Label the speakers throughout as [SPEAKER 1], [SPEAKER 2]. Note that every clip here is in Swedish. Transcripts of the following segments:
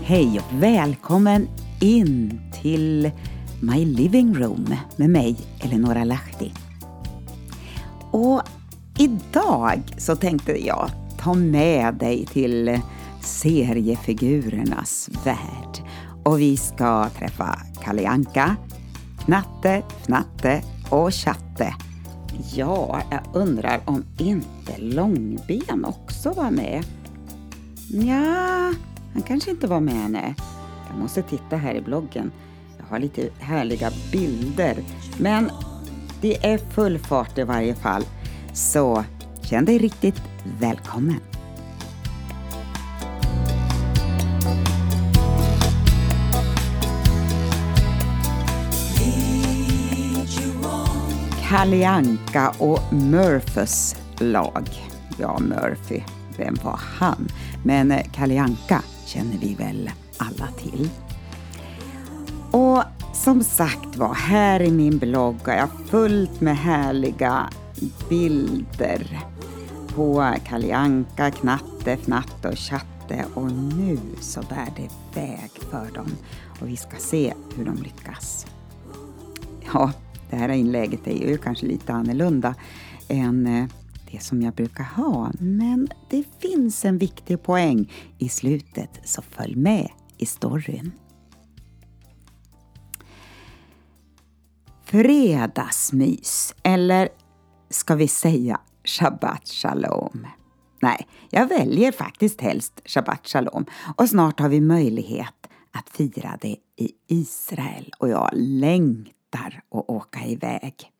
[SPEAKER 1] Hej och välkommen in till My Living Room med mig, Eleonora Lahti. Och idag så tänkte jag ta med dig till seriefigurernas värld. Och vi ska träffa Kalle Anka, Knatte, Fnatte och Tjatte. Ja, jag undrar om inte Långben också var med. Ja, han kanske inte var med, nej. Jag måste titta här i bloggen. Jag har lite härliga bilder. Men det är full fart i varje fall. Så känn dig riktigt välkommen. Kalle Anka och Murphys lag. Ja, Murphy, vem var han? Men Kalle Anka känner vi väl alla till. Och som sagt var, här i min blogg har jag fullt med härliga bilder på Kalle Anka, Knatte, Fnatte och Tjatte. Och nu så bär det väg för dem. Och vi ska se hur de lyckas. Ja, det här inlägget är ju kanske lite annorlunda än det som jag brukar ha. Men det finns en viktig poäng i slutet, så följ med i storyn. Fredagsmys, eller ska vi säga Shabbat Shalom? Nej, jag väljer faktiskt helst Shabbat Shalom. Och snart har vi möjlighet att fira det i Israel. Och jag längtar att åka iväg.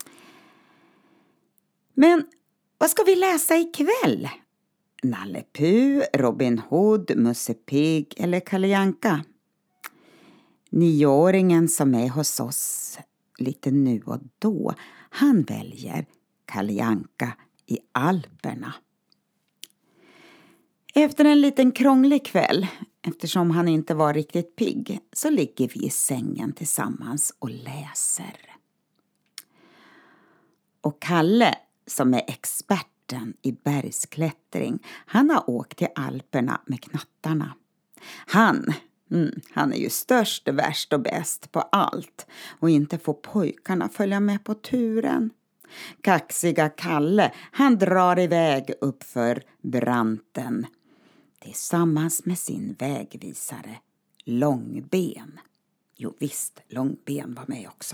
[SPEAKER 1] Men vad ska vi läsa ikväll? Nalle Puh, Robin Hood, Musse Pigg eller Kalle Anka? 9-åringen som är hos oss lite nu och då, han väljer Kalle Anka i Alperna. Efter en liten krånglig kväll, eftersom han inte var riktigt pigg, så ligger vi i sängen tillsammans och läser. Och Kalle, som är experten i bergsklättring, han har åkt till Alperna med knattarna. Han är ju störst, värst och bäst på allt, och inte får pojkarna följa med på turen. Kaxiga Kalle, han drar iväg upp för branten tillsammans med sin vägvisare Långben. Jo visst, Långben var med också.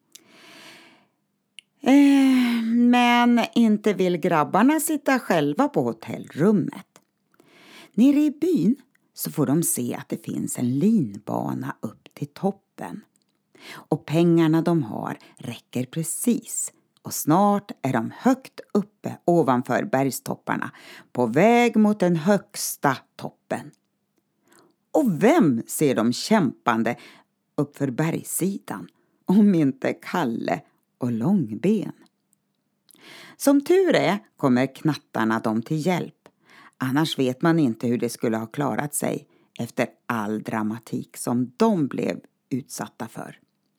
[SPEAKER 1] Men inte vill grabbarna sitta själva på hotellrummet. Nere i byn så får de se att det finns en linbana upp till toppen. Och pengarna de har räcker precis. Och snart är de högt uppe ovanför bergstopparna, på väg mot den högsta toppen. Och vem ser de kämpande uppför bergssidan om inte Kalle och Långben? Som tur är kommer knattarna dem till hjälp. Annars vet man inte hur det skulle ha klarat sig efter all dramatik som de blev utsatta för.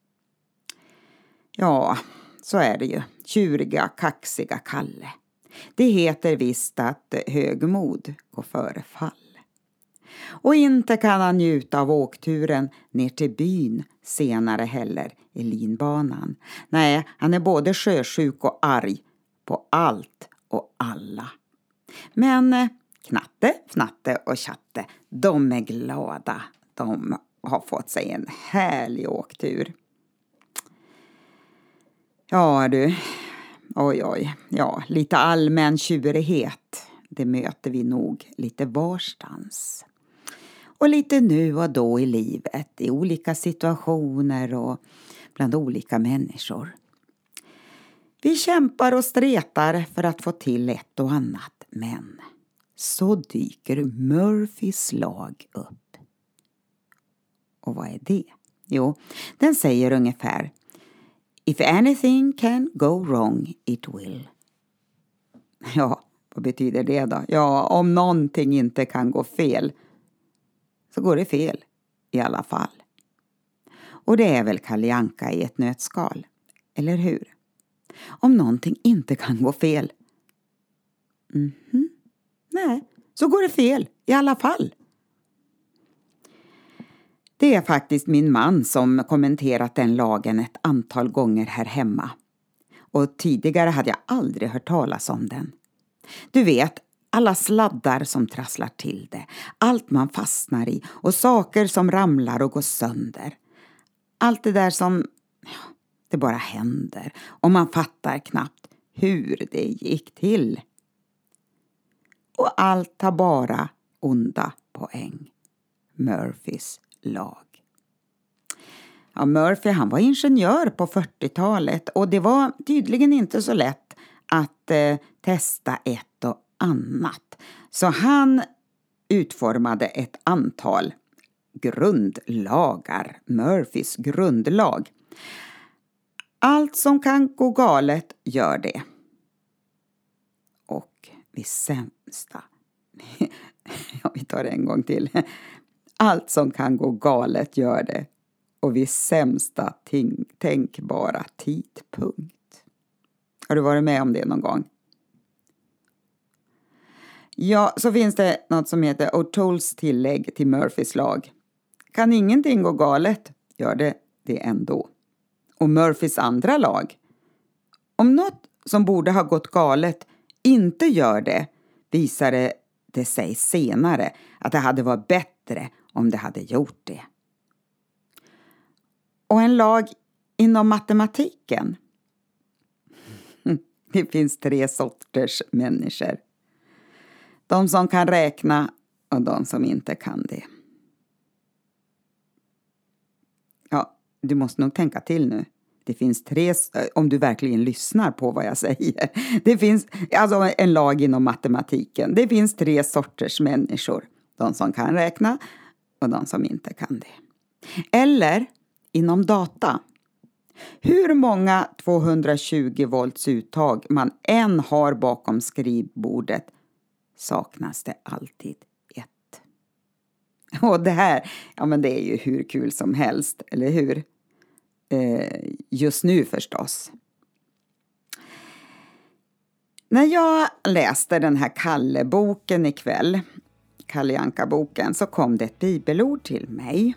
[SPEAKER 1] Ja, så är det ju. Tjuriga, kaxiga Kalle. Det heter visst att högmod går före fall. Och inte kan han njuta av åkturen ner till byn senare heller i linbanan. Nej, han är både sjösjuk och arg på allt och alla. Men Knatte, Fnatte och Tjatte, de är glada. De har fått sig en härlig åktur. Ja du, ja, lite allmän tjurighet, det möter vi nog lite varstans. Och lite nu och då i livet, i olika situationer och bland olika människor. Vi kämpar och stretar för att få till ett och annat, men så dyker Murphys lag upp. Och vad är det? Jo, den säger ungefär: If anything can go wrong, it will. Ja, vad betyder det då? Ja, om någonting inte kan gå fel, så går det fel i alla fall. Och det är väl Kalle Anka i ett nötskal, eller hur? Om någonting inte kan gå fel, nej, så går det fel i alla fall. Det är faktiskt min man som kommenterat den lagen ett antal gånger här hemma. Och tidigare hade jag aldrig hört talas om den. Du vet, alla sladdar som trasslar till det, allt man fastnar i och saker som ramlar och går sönder. Allt det där som, det bara händer och man fattar knappt hur det gick till. Och allt har bara onda poäng. Murphys lag. Ja, Murphy han var ingenjör på 40-talet och det var tydligen inte så lätt att testa ett och annat. Så han utformade ett antal grundlagar, Murphys grundlag. Allt som kan gå galet gör det. Och vid sämsta, vi tar det en gång till. Allt som kan gå galet gör det. Och vid sämsta tänkbara tidpunkt. Har du varit med om det någon gång? Ja, så finns det något som heter O'Tolles tillägg till Murphys lag. Kan ingenting gå galet, gör det ändå. Och Murphys andra lag. Om något som borde ha gått galet inte gör det, visar det sig senare att det hade varit bättre om det hade gjort det. Och en lag inom matematiken. Det finns 3 sorters människor. De som kan räkna och de som inte kan det. Ja, du måste nog tänka till nu. Det finns 3, om du verkligen lyssnar på vad jag säger. Det finns alltså en lag inom matematiken. Det finns 3 sorters människor. De som kan räkna och de som inte kan det. Eller inom data. Hur många 220 volts uttag man än har bakom skrivbordet saknas det alltid ett. Och det här, ja men det är ju hur kul som helst, eller hur? Just nu förstås. När jag läste den här Kalle-boken ikväll, Kalle Anka-boken, så kom det ett bibelord till mig.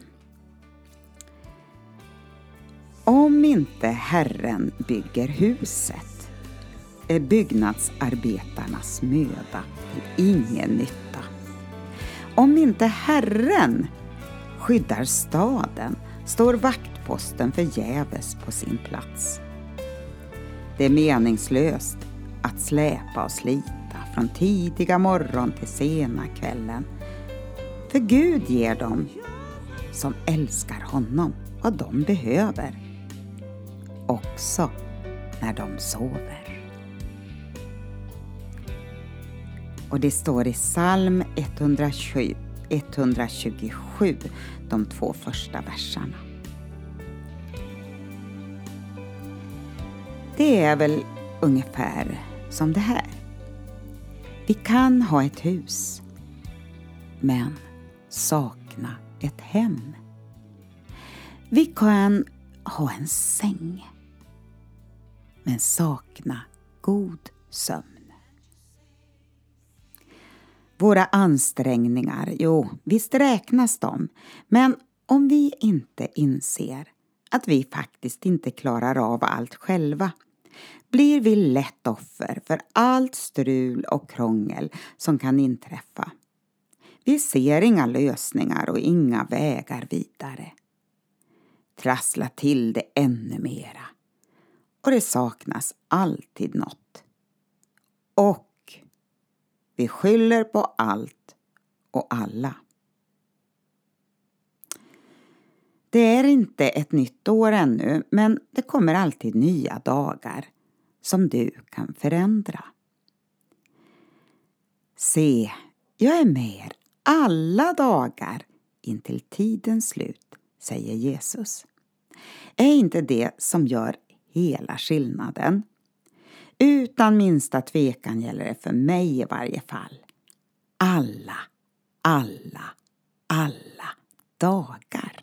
[SPEAKER 1] Om inte Herren bygger huset är byggnadsarbetarnas möda till ingen nytta. Om inte Herren skyddar staden står vaktposten förgäves på sin plats. Det är meningslöst att släpa och slita från tidiga morgon till sena kvällen. För Gud ger dem som älskar honom vad de behöver. Också när de sover. Och det står i psalm 127, de 2 första verserna. Det är väl ungefär som det här. Vi kan ha ett hus, men sakna ett hem. Vi kan ha en säng, men sakna god sömn. Våra ansträngningar, visst räknas de, men om vi inte inser att vi faktiskt inte klarar av allt själva, blir vi lätt offer för allt strul och krångel som kan inträffa. Vi ser inga lösningar och inga vägar vidare. Trassla till det ännu mera. Och det saknas alltid något. Och vi skyller på allt och alla. Det är inte ett nytt år ännu, men det kommer alltid nya dagar som du kan förändra. Se, jag är med er alla dagar intill tidens slut, säger Jesus. Är inte det som gör hela skillnaden? Utan minsta tvekan gäller det för mig i varje fall. Alla dagar.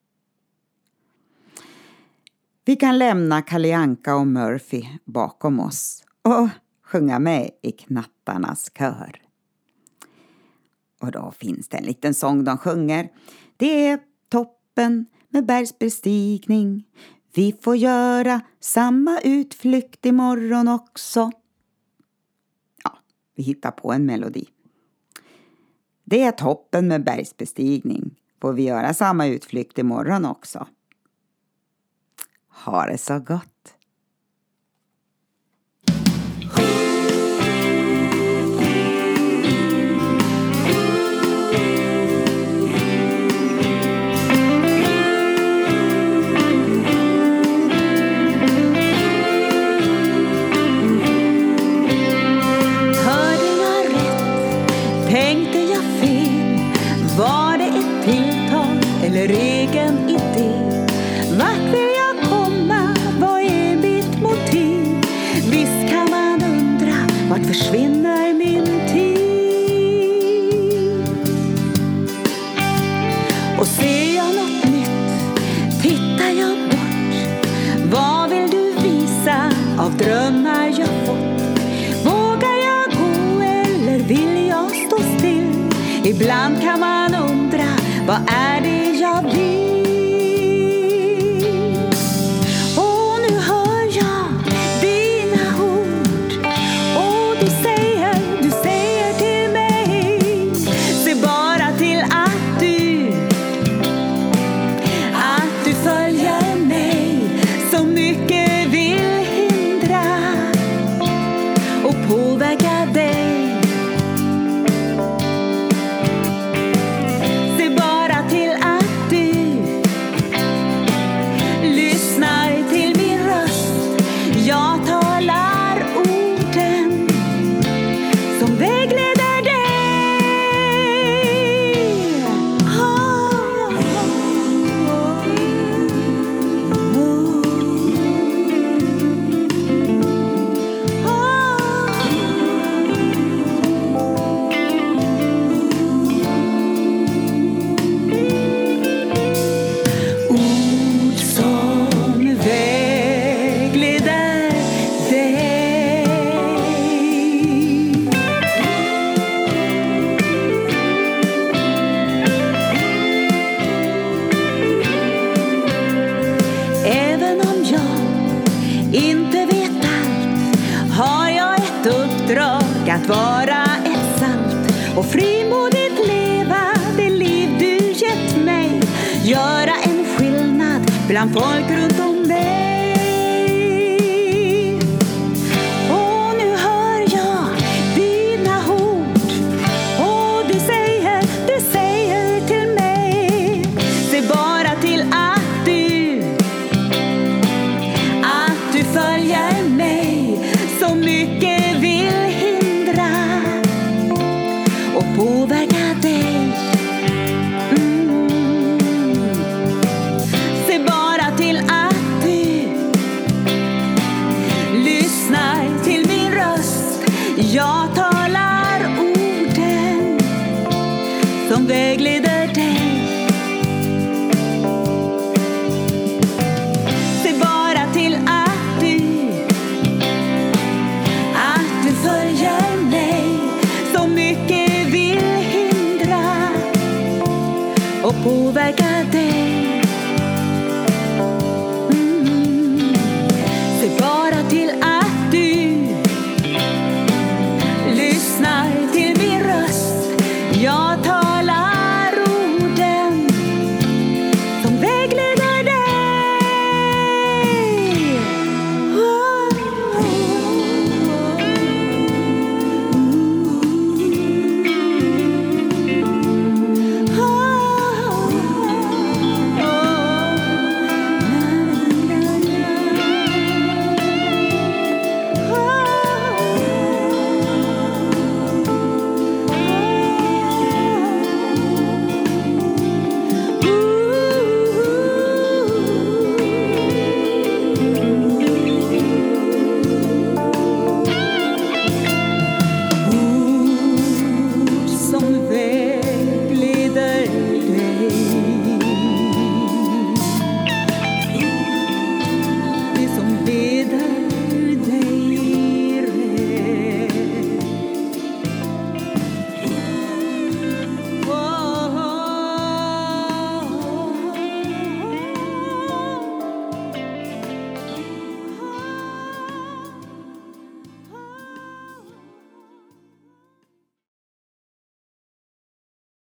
[SPEAKER 1] Vi kan lämna Kalle Anka och Murphy bakom oss och sjunga med i knattarnas kör. Och då finns det en liten sång de sjunger. Det är topp toppen med bergsbestigning. Vi får göra samma utflykt imorgon också. Ja, vi hittar på en melodi. Det är toppen med bergsbestigning. Får vi göra samma utflykt imorgon också. Ha det så gott.
[SPEAKER 2] Tänkte jag fel? Var det ett tilltag eller egen idé? Vart vill jag komma? Vad är mitt motiv? Visst kan man undra, vart försvinner min tid? Och ser jag något nytt, tittar jag bort. Vad vill du visa av drömmar jag fått? Vågar jag gå eller vill jag stå still? Ibland kan man undra, vad är det jag vill? Och nu hör jag dina ord. Och du säger till mig, se bara till att du följer mig. Så mycket vill hindra och påverka dig. Inte vet allt, har jag ett uppdrag att vara ett salt och frimodigt leva det liv du gett mig. Göra en skillnad bland folk runt om mig. Och nu hör jag dina ord. Och du säger till mig, se bara till att du följer mig. Så mycket vill hindra och påverka dig. Se bara till att du lyssnar till min röst. Jag talar orden som vägleder dig. Se bara till att du följer mig. Så mycket vill hindra och påverka dig.